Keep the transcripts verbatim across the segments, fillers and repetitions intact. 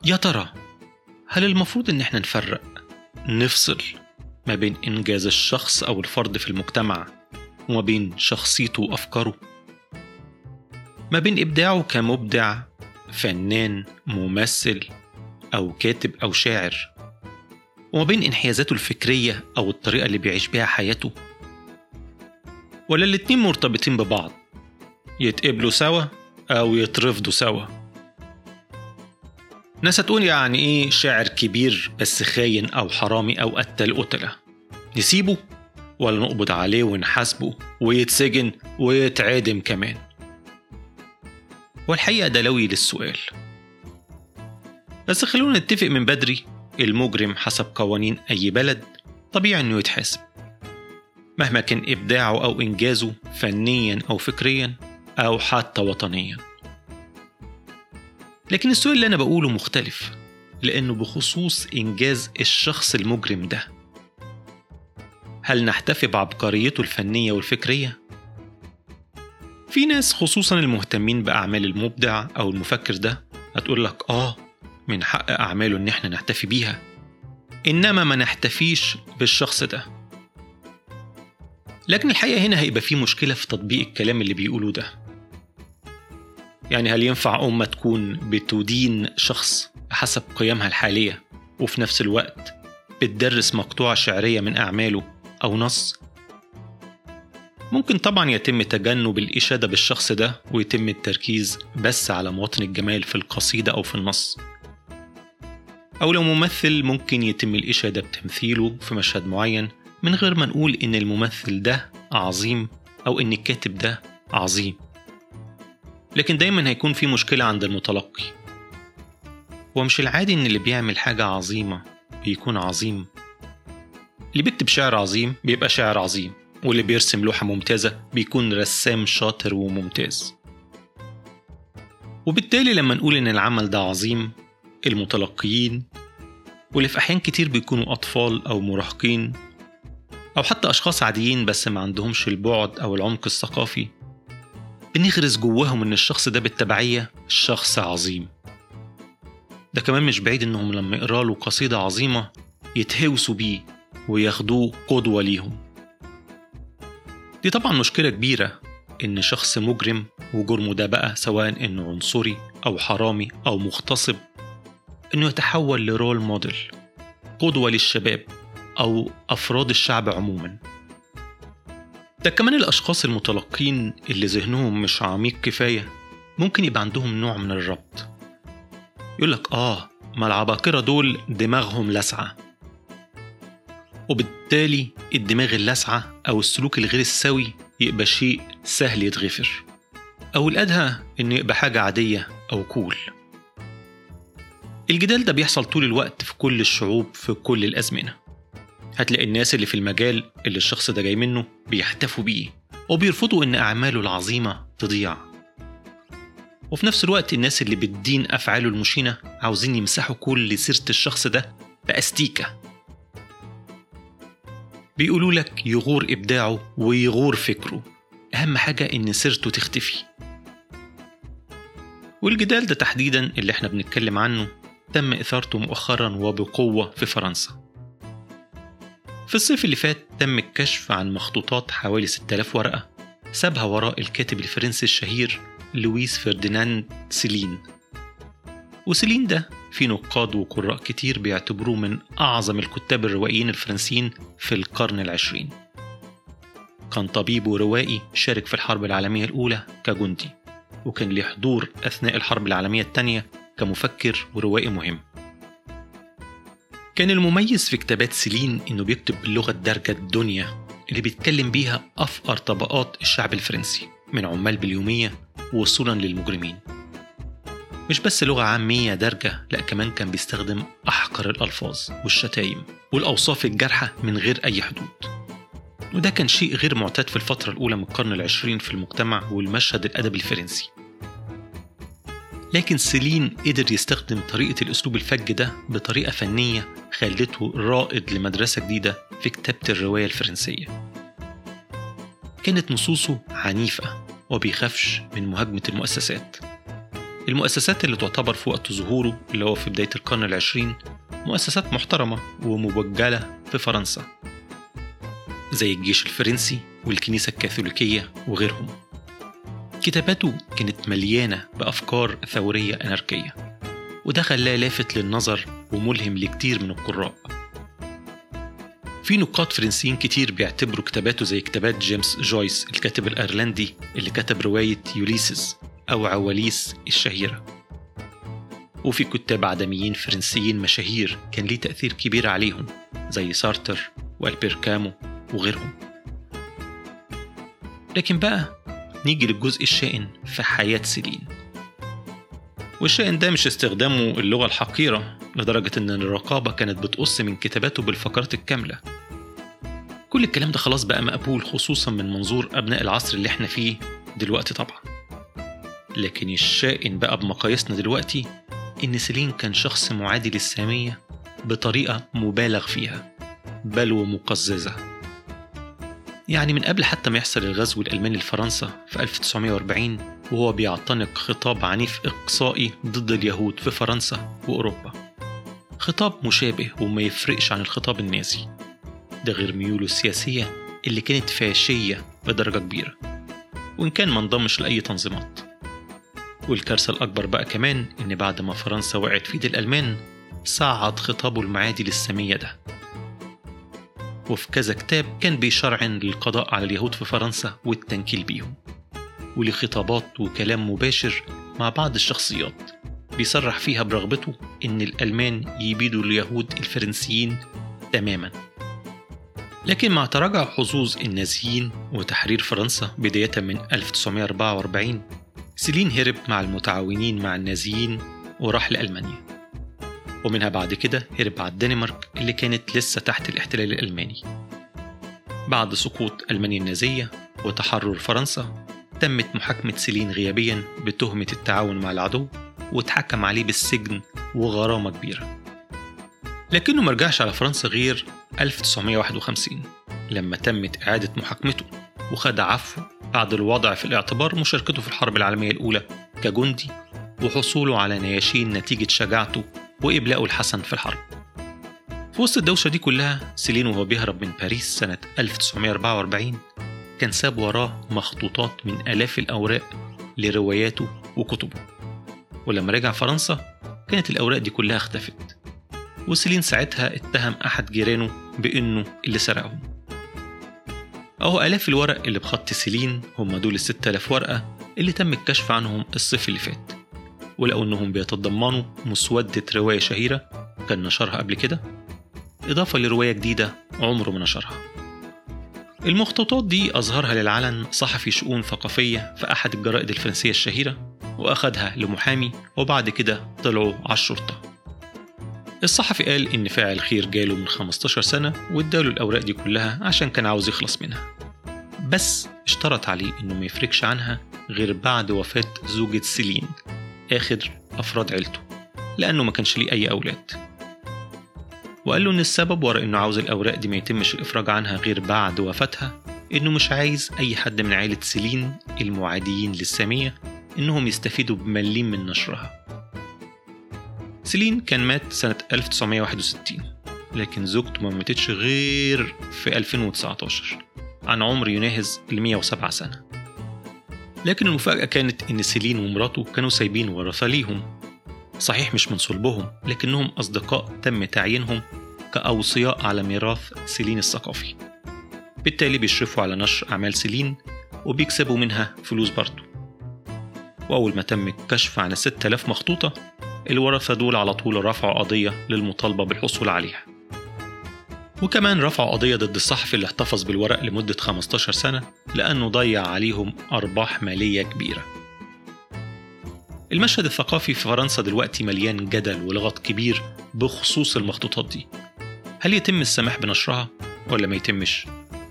يا ترى هل المفروض إن احنا نفرق نفصل ما بين إنجاز الشخص أو الفرد في المجتمع وما بين شخصيته وأفكاره؟ ما بين إبداعه كمبدع، فنان، ممثل أو كاتب أو شاعر، وما بين انحيازاته الفكرية أو الطريقة اللي بيعيش بيها حياته؟ ولا الاتنين مرتبطين ببعض، يتقبلوا سوا أو يترفضوا سوا؟ ناس هتقول يعني إيه شاعر كبير بس خاين أو حرامي أو قتل قتلة، نسيبه ولا نقبض عليه ونحاسبه ويتسجن ويتعدم كمان؟ والحقيقة ده لوي للسؤال، بس خلونا نتفق من بدري، المجرم حسب قوانين أي بلد طبيعي إنه يتحاسب مهما كان إبداعه أو إنجازه فنيا أو فكريا أو حتى وطنيا. لكن السؤال اللي أنا بقوله مختلف، لأنه بخصوص إنجاز الشخص المجرم ده، هل نحتفي بعبقريته الفنية والفكرية؟ في ناس خصوصا المهتمين بأعمال المبدع أو المفكر ده هتقول لك آه من حق أعماله إن احنا نحتفي بيها، إنما ما نحتفيش بالشخص ده. لكن الحقيقة هنا هيبقى في مشكلة في تطبيق الكلام اللي بيقولوه ده. يعني هل ينفع أمة تكون بتدين شخص حسب قيمها الحالية وفي نفس الوقت بتدرس مقطوعة شعرية من أعماله أو نص؟ ممكن طبعا يتم تجنب الإشادة بالشخص ده ويتم التركيز بس على مواطن الجمال في القصيدة أو في النص، أو لو ممثل ممكن يتم الإشادة بتمثيله في مشهد معين من غير ما نقول إن الممثل ده عظيم أو إن الكاتب ده عظيم. لكن دايما هيكون في مشكلة عند المتلقي، ومش العادي إن اللي بيعمل حاجة عظيمة بيكون عظيم. اللي بيكتب شعر عظيم بيبقى شاعر عظيم، واللي بيرسم لوحة ممتازة بيكون رسام شاطر وممتاز. وبالتالي لما نقول إن العمل ده عظيم، المتلقيين واللي في أحيان كتير بيكونوا أطفال أو مراهقين أو حتى أشخاص عاديين بس ما عندهمش البعد أو العمق الثقافي، بنغرس جواهم إن الشخص ده بالتبعية شخص عظيم. ده كمان مش بعيد إنهم لما يقرأ له قصيدة عظيمة يتهوسوا بيه وياخدوه قدوة ليهم. دي طبعا مشكلة كبيرة إن شخص مجرم وجرمه ده بقى سواء إنه عنصري أو حرامي أو مغتصب إنه يتحول لرول موديل، قدوة للشباب أو أفراد الشعب عموما. ده كمان الأشخاص المتلقين اللي ذهنهم مش عميق كفاية ممكن يبقى عندهم نوع من الربط، يقولك آه ما العباقرة دول دماغهم لسعة، وبالتالي الدماغ اللسعة أو السلوك الغير السوي يبقى شيء سهل يتغفر، أو الأدهى إنه يبقى حاجة عادية أو كول. الجدال ده بيحصل طول الوقت في كل الشعوب في كل الأزمنة. هتلاقي الناس اللي في المجال اللي الشخص ده جاي منه بيحتفوا بيه وبيرفضوا إن أعماله العظيمة تضيع، وفي نفس الوقت الناس اللي بتدين أفعاله المشينة عاوزين يمسحوا كل سيرة الشخص ده بأستيكة. بيقولوا لك يغور إبداعه ويغور فكره، أهم حاجة إن سيرته تختفي. والجدال ده تحديدا اللي احنا بنتكلم عنه تم إثارته مؤخرا وبقوة في فرنسا. في الصيف اللي فات تم الكشف عن مخطوطات حوالي ستة آلاف ورقة سابها وراء الكاتب الفرنسي الشهير لويس فرديناند سيلين. وسيلين ده في نقاد وقراء كتير بيعتبروه من أعظم الكتاب الروائيين الفرنسيين في القرن العشرين. كان طبيب وروائي شارك في الحرب العالمية الأولى كجندي، وكان له حضور أثناء الحرب العالمية الثانية كمفكر وروائي مهم. كان المميز في كتابات سيلين إنه بيكتب باللغة الدارجة الدنيا اللي بيتكلم بيها أفقر طبقات الشعب الفرنسي من عمال باليومية وصولا للمجرمين. مش بس لغة عامية دارجة، لأ كمان كان بيستخدم أحقر الألفاظ والشتايم والأوصاف الجارحة من غير أي حدود. وده كان شيء غير معتاد في الفترة الأولى من القرن العشرين في المجتمع والمشهد الأدبي الفرنسي. لكن سيلين قدر يستخدم طريقة الأسلوب الفج ده بطريقة فنية خلته رائد لمدرسة جديدة في كتابة الرواية الفرنسية. كانت نصوصه عنيفة وبيخافش من مهاجمة المؤسسات، المؤسسات اللي تعتبر في وقت ظهوره اللي هو في بداية القرن العشرين مؤسسات محترمة ومبجلة في فرنسا، زي الجيش الفرنسي والكنيسة الكاثوليكية وغيرهم. كتاباته كانت مليانة بأفكار ثورية أناركية، وده خلاه لافت للنظر وملهم لكتير من القراء. في نقاد فرنسيين كتير بيعتبروا كتاباته زي كتابات جيمس جويس الكاتب الأيرلندي اللي كتب رواية يوليسيس أو عواليس الشهيرة. وفي كتاب عدميين فرنسيين مشاهير كان ليه تأثير كبير عليهم زي سارتر والبير كامو وغيرهم. لكن بقى نيجي للجزء الشائن في حياة سيلين، والشائن ده مش استخدامه اللغة الحقيرة لدرجة إن الرقابة كانت بتقص من كتاباته بالفقرات الكاملة. كل الكلام ده خلاص بقى مقبول، خصوصا من منظور أبناء العصر اللي احنا فيه دلوقتي طبعا. لكن الشائن بقى بمقاييسنا دلوقتي إن سيلين كان شخص معادي للسامية بطريقة مبالغ فيها، بل ومقززة. يعني من قبل حتى ما يحصل الغزو الألماني لفرنسا في ألف وتسعمائة وأربعين وهو بيعتنق خطاب عنيف إقصائي ضد اليهود في فرنسا وأوروبا، خطاب مشابه وما يفرقش عن الخطاب النازي ده، غير ميوله السياسية اللي كانت فاشية بدرجة كبيرة، وإن كان ما انضمش لأي تنظيمات. والكارثة الأكبر بقى كمان إن بعد ما فرنسا وقعت في ايد الألمان صعد خطابه المعادي للسامية ده، وفي كذا كتاب كان بيشرعن للقضاء على اليهود في فرنسا والتنكيل بيهم، ولخطابات وكلام مباشر مع بعض الشخصيات بيصرح فيها برغبته إن الألمان يبيدوا اليهود الفرنسيين تماما. لكن مع تراجع حظوظ النازيين وتحرير فرنسا بداية من ألف وتسعمائة وأربعة وأربعين، سيلين هرب مع المتعاونين مع النازيين وراح لألمانيا، ومنها بعد كده هرب على الدنمارك اللي كانت لسه تحت الاحتلال الألماني. بعد سقوط ألمانيا النازية وتحرر فرنسا تمت محاكمة سيلين غيابيا بتهمة التعاون مع العدو، واتحكم عليه بالسجن وغرامة كبيرة. لكنه مرجعش على فرنسا غير ألف وتسعمائة وواحد وخمسين لما تمت إعادة محاكمته، وخد عفو بعد الوضع في الاعتبار مشاركته في الحرب العالمية الأولى كجندي وحصوله على نياشين نتيجة شجاعته وإبلاءه الحسن في الحرب. في وسط الدوشة دي كلها سيلين وهو بيهرب من باريس سنة ألف وتسعمائة وأربعة وأربعين كان ساب وراه مخطوطات من آلاف الأوراق لرواياته وكتبه، ولما رجع فرنسا كانت الأوراق دي كلها اختفت، وسيلين ساعتها اتهم أحد جيرانه بأنه اللي سرقهم. أهو آلاف الورق اللي بخط سيلين هم دول الستة آلاف ورقة اللي تم الكشف عنهم الصيف اللي فات، ولقوا أنهم بيتضمنوا مسودة رواية شهيرة كان نشرها قبل كده، إضافة لرواية جديدة عمره ما نشرها. المخطوطات دي أظهرها للعلن صحفي شؤون ثقافية في أحد الجرائد الفرنسية الشهيرة، وأخدها لمحامي وبعد كده طلعوا على الشرطة. الصحفي قال إن فاعل خير جاله من خمستاشر سنة واداله الأوراق دي كلها عشان كان عاوز يخلص منها، بس اشترط عليه إنه ما يفرقش عنها غير بعد وفاة زوجة سيلين آخر أفراد عيلته، لأنه ما كانش ليه أي أولاد. وقال له إن السبب وراء إنه عاوز الأوراق دي ما يتمش الإفراج عنها غير بعد وفاتها إنه مش عايز أي حد من عائلة سيلين المعاديين للسامية إنهم يستفيدوا بمليم من نشرها. سيلين كان مات سنة ألف وتسعمائة وواحد وستين، لكن زوجته ما ماتتش غير في ألفين وتسعة عشر عن عمر يناهز المية وسبعة سنة. لكن المفاجأة كانت إن سيلين ومراته كانوا سايبين ورثة ليهم، صحيح مش من صلبهم لكنهم أصدقاء تم تعيينهم كأوصياء على ميراث سيلين الثقافي، بالتالي بيشرفوا على نشر أعمال سيلين وبيكسبوا منها فلوس برضو. وأول ما تم الكشف عن ستة آلاف مخطوطة الورثة دول على طول رفعوا قضية للمطالبة بالحصول عليها، وكمان رفعوا قضية ضد الصحفي اللي احتفظ بالورق لمدة خمستاشر سنة لأنه ضيع عليهم أرباح مالية كبيرة. المشهد الثقافي في فرنسا دلوقتي مليان جدل ولغط كبير بخصوص المخطوطات دي، هل يتم السماح بنشرها ولا ما يتمش؟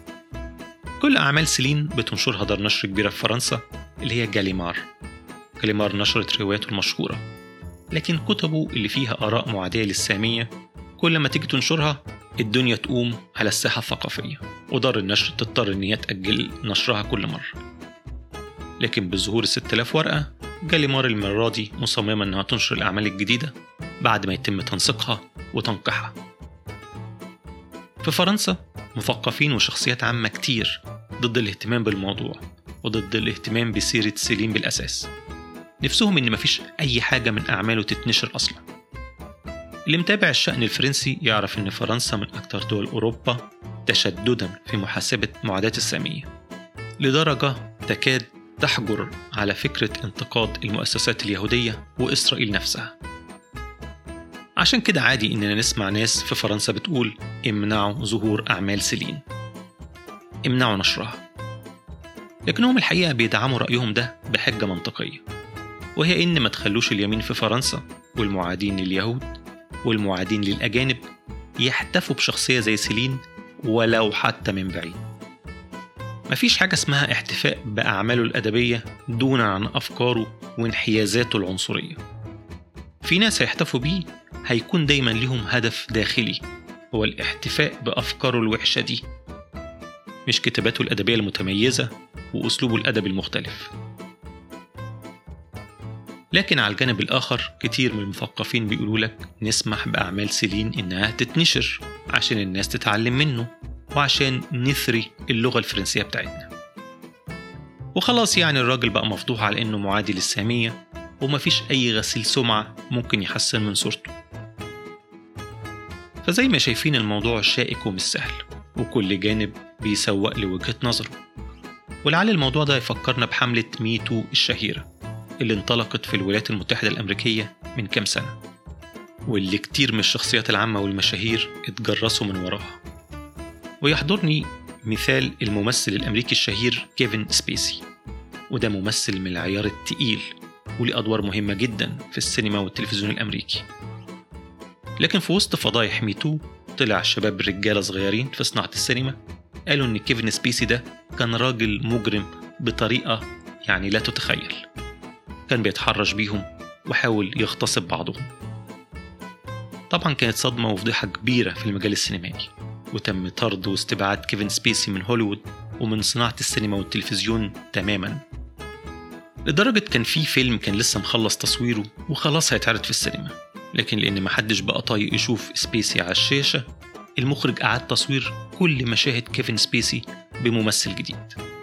كل أعمال سيلين بتنشرها دار نشر كبيرة في فرنسا اللي هي جاليمار. جاليمار نشرت رواياته المشهورة، لكن كتبه اللي فيها آراء معادية للسامية كل ما تيجي تنشرها الدنيا تقوم على الساحة الثقافية، ودار النشر تضطر إن هي تأجل نشرها كل مرة. لكن بظهور الست آلاف ورقة جاليمار المرة دي مصممة إنها تنشر الأعمال الجديدة بعد ما يتم تنسيقها وتنقيحها. في فرنسا مثقفين وشخصيات عامة كتير ضد الاهتمام بالموضوع وضد الاهتمام بسيرة سيلين بالأساس، نفسهم إن مفيش أي حاجة من أعماله تتنشر أصلا. اللي متابع الشأن الفرنسي يعرف إن فرنسا من أكتر دول أوروبا تشددا في محاسبة معاداة السامية، لدرجة تكاد تحجر على فكرة انتقاد المؤسسات اليهودية وإسرائيل نفسها. عشان كده عادي إننا نسمع ناس في فرنسا بتقول امنعوا ظهور أعمال سيلين، امنعوا نشرها، لكنهم الحقيقة بيدعموا رأيهم ده بحجة منطقية، وهي إن ما تخلوش اليمين في فرنسا والمعادين لليهود والمعادين للأجانب يحتفوا بشخصية زي سيلين ولو حتى من بعيد. مفيش حاجة اسمها احتفاء بأعماله الأدبية دونا عن أفكاره وانحيازاته العنصرية. في ناس هيحتفوا بيه هيكون دايما لهم هدف داخلي، هو الاحتفاء بأفكاره الوحشة دي، مش كتاباته الأدبية المتميزة وأسلوبه الأدبي المختلف. لكن على الجانب الآخر كتير من المثقفين بيقولوا لك نسمح بأعمال سيلين إنها تتنشر عشان الناس تتعلم منه وعشان نثري اللغة الفرنسية بتاعتنا. وخلاص يعني الراجل بقى مفضوح على إنه معادي للسامية ومفيش أي غسيل سمعة ممكن يحسن من صورته. فزي ما شايفين الموضوع شائك ومش سهل، وكل جانب بيسوق لوجهة نظره. ولعل الموضوع ده يفكرنا بحملة ميتو الشهيرة اللي انطلقت في الولايات المتحدة الأمريكية من كام سنة، واللي كتير من الشخصيات العامة والمشاهير اتجرسوا من وراها. ويحضرني مثال الممثل الأمريكي الشهير كيفن سبيسي، وده ممثل من العيار التقيل وليه أدوار مهمة جدا في السينما والتلفزيون الأمريكي. لكن في وسط فضايح ميتو طلع شباب رجالة صغيرين في صناعة السينما قالوا إن كيفن سبيسي ده كان راجل مجرم بطريقة يعني لا تتخيل، كان بيتحرش بيهم وحاول يغتصب بعضهم. طبعا كانت صدمة وفضيحة كبيرة في المجال السينمائي، وتم طرد واستبعاد كيفن سبيسي من هوليوود ومن صناعة السينما والتلفزيون تماما، لدرجة كان في فيلم كان لسه مخلص تصويره وخلاص هيتعرض في السينما، لكن لأن محدش بقى طايق يشوف سبيسي على الشاشة المخرج أعاد تصوير كل مشاهد كيفن سبيسي بممثل جديد.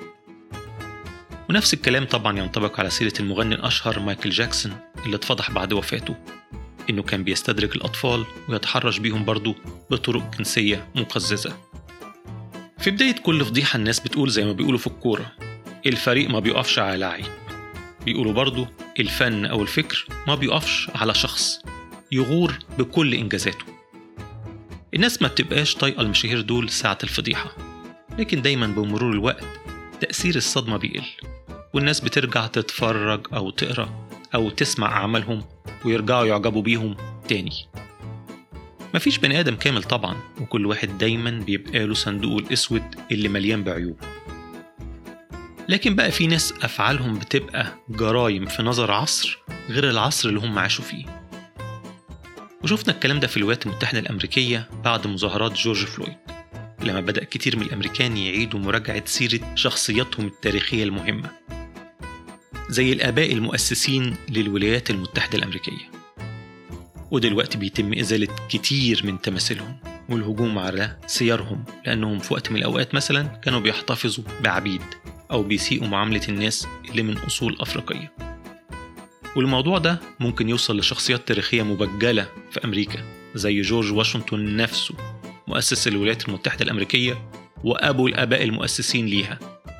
ونفس الكلام طبعا ينطبق على سيرة المغني الأشهر مايكل جاكسون اللي اتفضح بعد وفاته إنه كان بيستدرج الأطفال ويتحرش بيهم برضو بطرق جنسية مقززة. في بداية كل فضيحة الناس بتقول زي ما بيقولوا في الكورة الفريق ما بيقفش على لعيب، بيقولوا برضو الفن أو الفكر ما بيقفش على شخص يغور بكل إنجازاته. الناس ما بتبقاش طايقة المشاهير دول ساعة الفضيحة، لكن دايما بمرور الوقت تأثير الصدمة بيقل، والناس بترجع تتفرج أو تقرأ أو تسمع أعمالهم ويرجعوا يعجبوا بيهم تاني. مفيش بني آدم كامل طبعا، وكل واحد دايما بيبقى له صندوقه الأسود اللي مليان بعيوب. لكن بقى في ناس أفعالهم بتبقى جرايم في نظر عصر غير العصر اللي هم عاشوا فيه. وشفنا الكلام ده في الولايات المتحدة الأمريكية بعد مظاهرات جورج فلويد، لما بدأ كتير من الأمريكان يعيدوا مراجعة سيرة شخصياتهم التاريخية المهمة زي الآباء المؤسسين للولايات المتحدة الأمريكية. ودلوقتي بيتم إزالة كتير من تماثيلهم والهجوم على سيرهم، لأنهم في وقت من الأوقات مثلا كانوا بيحتفظوا بعبيد أو بيسيئوا معاملة الناس اللي من أصول أفريقية. والموضوع ده ممكن يوصل لشخصيات تاريخية مبجلة في أمريكا زي جورج واشنطن نفسه مؤسس الولايات المتحدة الأمريكية وأبو الآباء المؤسسين ليها.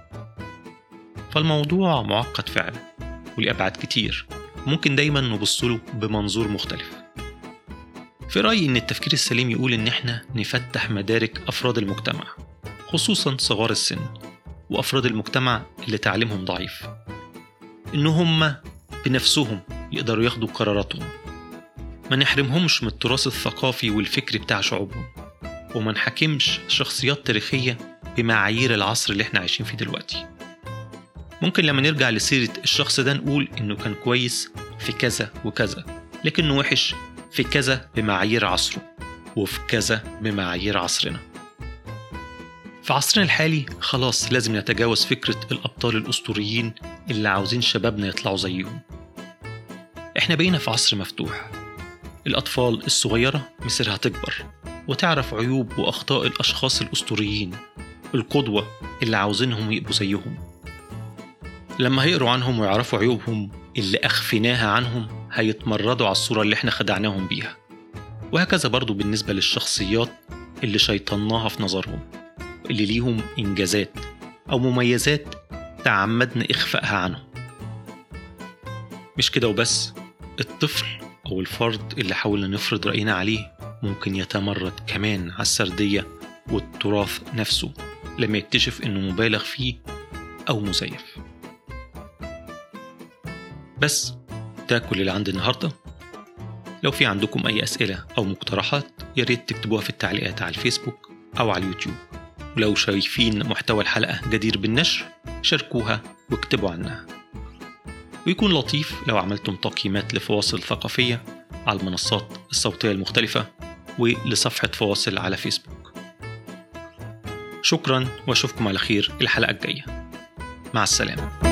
فالموضوع معقد فعلا ولأبعاد كتير، ممكن دايما نبصله بمنظور مختلف. في رأيي إن التفكير السليم يقول إن إحنا نفتح مدارك أفراد المجتمع، خصوصا صغار السن وأفراد المجتمع اللي تعليمهم ضعيف، إن هم بنفسهم يقدروا ياخدوا قراراتهم. ما نحرمهمش من التراث الثقافي والفكري بتاع شعوبهم، وما نحكمش شخصيات تاريخية بمعايير العصر اللي احنا عايشين فيه دلوقتي. ممكن لما نرجع لسيرة الشخص ده نقول إنه كان كويس في كذا وكذا، لكنه وحش في كذا بمعايير عصره وفي كذا بمعايير عصرنا. في عصرنا الحالي خلاص لازم نتجاوز فكرة الأبطال الأسطوريين اللي عاوزين شبابنا يطلعوا زيهم، إحنا بقينا في عصر مفتوح. الأطفال الصغيرة مصيرها تكبر وتعرف عيوب وأخطاء الأشخاص الأسطوريين، القدوة اللي عاوزينهم يبقوا زيهم. لما هيقروا عنهم ويعرفوا عيوبهم اللي أخفيناها عنهم هيتمردوا على الصورة اللي إحنا خدعناهم بيها. وهكذا برضو بالنسبة للشخصيات اللي شيطناها في نظرهم، اللي ليهم إنجازات أو مميزات تعمدنا إخفائها عنهم. مش كده وبس، الطفل أو الفرد اللي حاولنا نفرض رأينا عليه ممكن يتمرد كمان على السردية والتراث نفسه لما يكتشف إنه مبالغ فيه أو مزيف. بس ده كل اللي عندي النهاردة. لو في عندكم أي أسئلة أو مقترحات ياريت تكتبوها في التعليقات على الفيسبوك أو على اليوتيوب. ولو شايفين محتوى الحلقة جدير بالنشر شاركوها واكتبوا عنها. ويكون لطيف لو عملتم تقييمات لفواصل ثقافية على المنصات الصوتية المختلفة ولصفحة فواصل على فيسبوك. شكرا واشوفكم على خير الحلقة الجاية. مع السلامة.